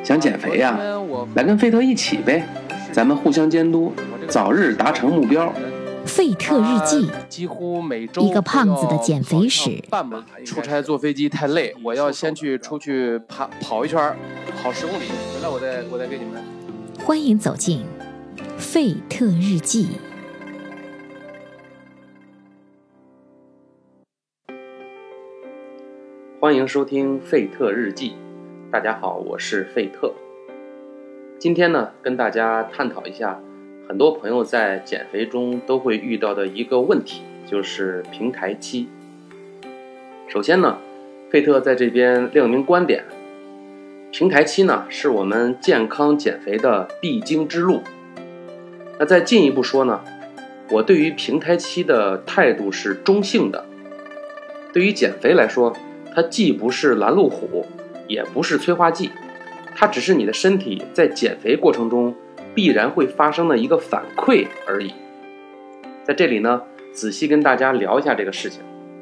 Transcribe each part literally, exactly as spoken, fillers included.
想减肥呀、啊？来跟费特一起呗，咱们互相监督，早日达成目标。 费特日记， 几乎每周一个胖子的减肥史。 出差坐飞机太累，我要先去出去跑跑一圈，跑十公里，回来我再我再给你们。 欢迎走进费特日记。 欢迎收听费特日记。大家好，我是费特。今天呢，跟大家探讨一下很多朋友在减肥中都会遇到的一个问题，就是平台期。首先呢，费特在这边另一名观点，平台期呢是我们健康减肥的必经之路。那再进一步说呢，我对于平台期的态度是中性的。对于减肥来说，它既不是拦路虎，也不是催化剂，它只是你的身体在减肥过程中必然会发生的一个反馈而已。在这里呢，仔细跟大家聊一下这个事情。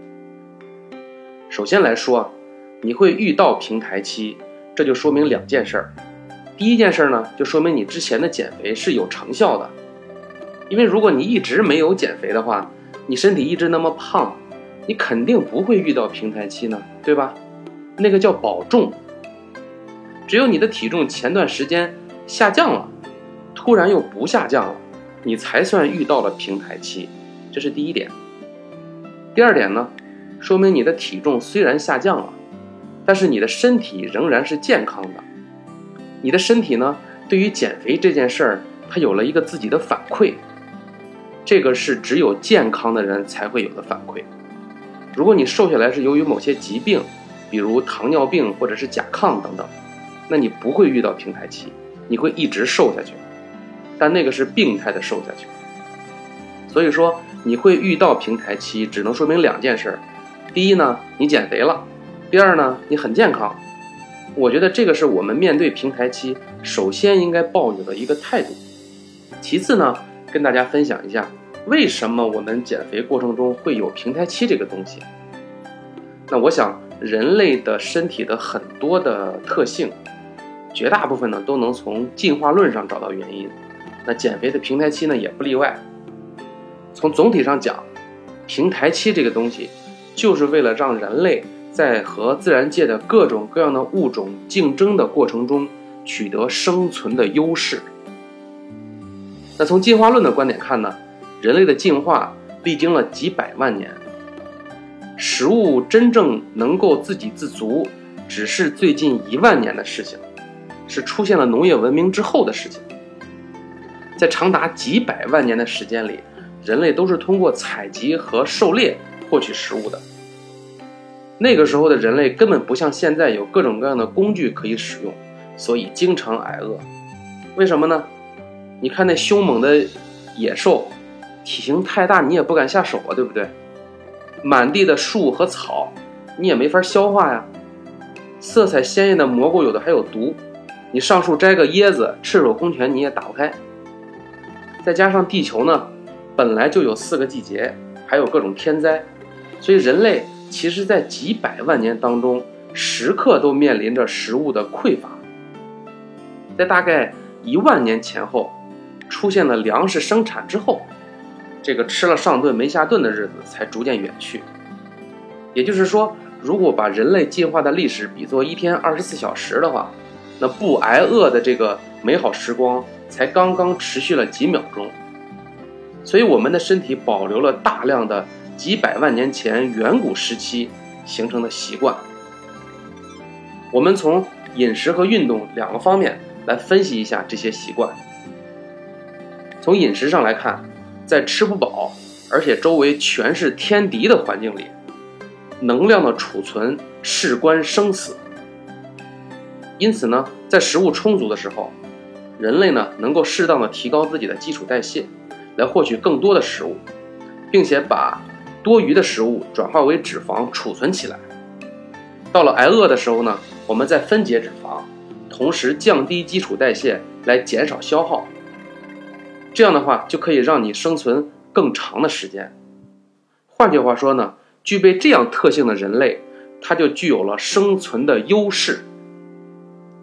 首先来说，你会遇到平台期，这就说明两件事儿。第一件事呢，就说明你之前的减肥是有成效的。因为如果你一直没有减肥的话，你身体一直那么胖，你肯定不会遇到平台期呢，对吧？那个叫保重。只有你的体重前段时间下降了，突然又不下降了，你才算遇到了平台期，这是第一点。第二点呢，说明你的体重虽然下降了，但是你的身体仍然是健康的。你的身体呢，对于减肥这件事儿，它有了一个自己的反馈，这个是只有健康的人才会有的反馈。如果你瘦下来是由于某些疾病，比如糖尿病或者是甲亢等等，那你不会遇到平台期，你会一直瘦下去，但那个是病态的瘦下去。所以说你会遇到平台期，只能说明两件事。第一呢，你减肥了；第二呢，你很健康。我觉得这个是我们面对平台期首先应该抱有的一个态度。其次呢，跟大家分享一下为什么我们减肥过程中会有平台期这个东西。那我想人类的身体的很多的特性，绝大部分呢都能从进化论上找到原因，那减肥的平台期呢也不例外。从总体上讲，平台期这个东西就是为了让人类在和自然界的各种各样的物种竞争的过程中取得生存的优势。那从进化论的观点看呢，人类的进化历经了几百万年，食物真正能够自给自足只是最近一万年的事情，是出现了农业文明之后的事情。在长达几百万年的时间里，人类都是通过采集和狩猎获取食物的。那个时候的人类根本不像现在有各种各样的工具可以使用，所以经常挨饿。为什么呢？你看那凶猛的野兽，体型太大你也不敢下手啊，对不对？满地的树和草你也没法消化呀。色彩鲜艳的蘑菇有的还有毒，你上树摘个椰子赤手空拳你也打不开。再加上地球呢本来就有四个季节，还有各种天灾，所以人类其实在几百万年当中时刻都面临着食物的匮乏。在大概一万年前后出现了粮食生产之后，这个吃了上顿没下顿的日子才逐渐远去。也就是说，如果把人类进化的历史比作一天二十四小时的话，那不挨饿的这个美好时光才刚刚持续了几秒钟。所以我们的身体保留了大量的几百万年前远古时期形成的习惯。我们从饮食和运动两个方面来分析一下这些习惯。从饮食上来看，在吃不饱而且周围全是天敌的环境里，能量的储存事关生死。因此呢，在食物充足的时候，人类呢能够适当的提高自己的基础代谢，来获取更多的食物，并且把多余的食物转化为脂肪储存起来。到了挨饿的时候呢，我们再分解脂肪，同时降低基础代谢来减少消耗。这样的话就可以让你生存更长的时间。换句话说呢，具备这样特性的人类，它就具有了生存的优势。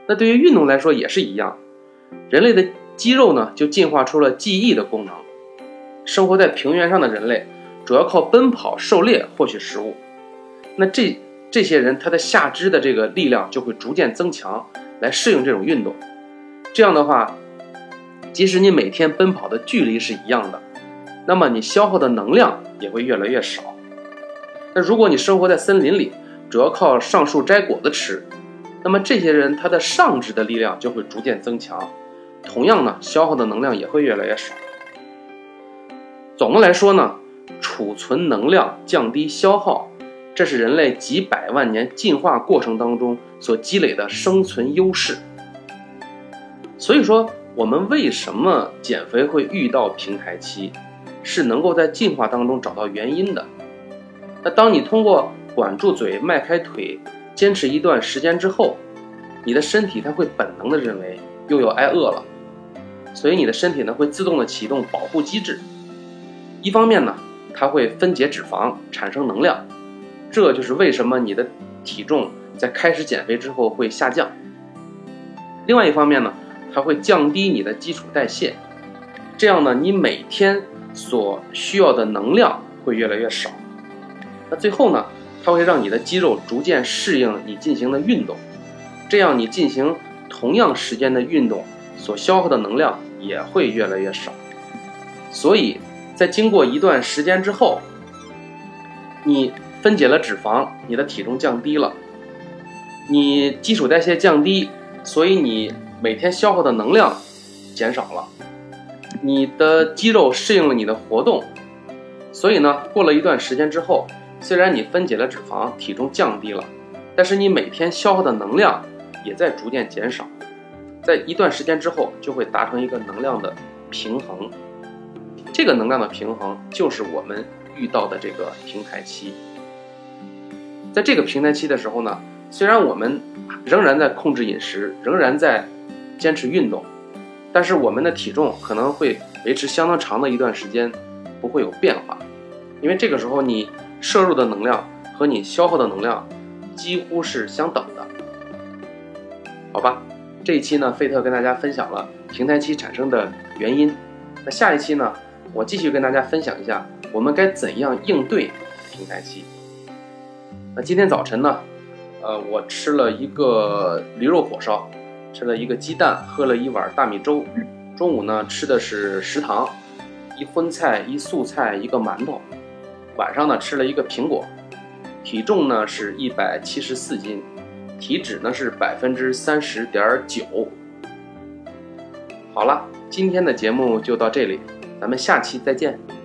那对于运动来说也是一样，人类的肌肉呢就进化出了记忆的功能。生活在平原上的人类主要靠奔跑狩猎获取食物，那这这些人他的下肢的这个力量就会逐渐增强，来适应这种运动。这样的话，即使你每天奔跑的距离是一样的，那么你消耗的能量也会越来越少。那如果你生活在森林里，主要靠上树摘果子吃，那么这些人他的上肢的力量就会逐渐增强，同样呢，消耗的能量也会越来越少。总的来说呢，储存能量，降低消耗，这是人类几百万年进化过程当中所积累的生存优势。所以说，我们为什么减肥会遇到平台期，是能够在进化当中找到原因的。那当你通过管住嘴、迈开腿，坚持一段时间之后，你的身体它会本能的认为又要挨饿了，所以你的身体呢会自动的启动保护机制。一方面呢，它会分解脂肪，产生能量，这就是为什么你的体重在开始减肥之后会下降。另外一方面呢，它会降低你的基础代谢，这样呢，你每天所需要的能量会越来越少。那最后呢，它会让你的肌肉逐渐适应你进行的运动，这样你进行同样时间的运动所消耗的能量也会越来越少。所以在经过一段时间之后，你分解了脂肪，你的体重降低了，你基础代谢降低，所以你每天消耗的能量减少了，你的肌肉适应了你的活动，所以呢，过了一段时间之后，虽然你分解了脂肪，体重降低了，但是你每天消耗的能量也在逐渐减少，在一段时间之后就会达成一个能量的平衡。这个能量的平衡就是我们遇到的这个平台期。在这个平台期的时候呢，虽然我们仍然在控制饮食，仍然在坚持运动，但是我们的体重可能会维持相当长的一段时间不会有变化，因为这个时候你摄入的能量和你消耗的能量几乎是相等的。好吧，这一期呢，费特跟大家分享了平台期产生的原因。那下一期呢，我继续跟大家分享一下我们该怎样应对平台期。那今天早晨呢，呃，我吃了一个驴肉火烧，吃了一个鸡蛋，喝了一碗大米粥。中午呢，吃的是食堂，一荤菜，一素菜，一个馒头。晚上呢，吃了一个苹果。体重呢是一百七十四斤，体脂呢是百分之三十点九。好了，今天的节目就到这里，咱们下期再见。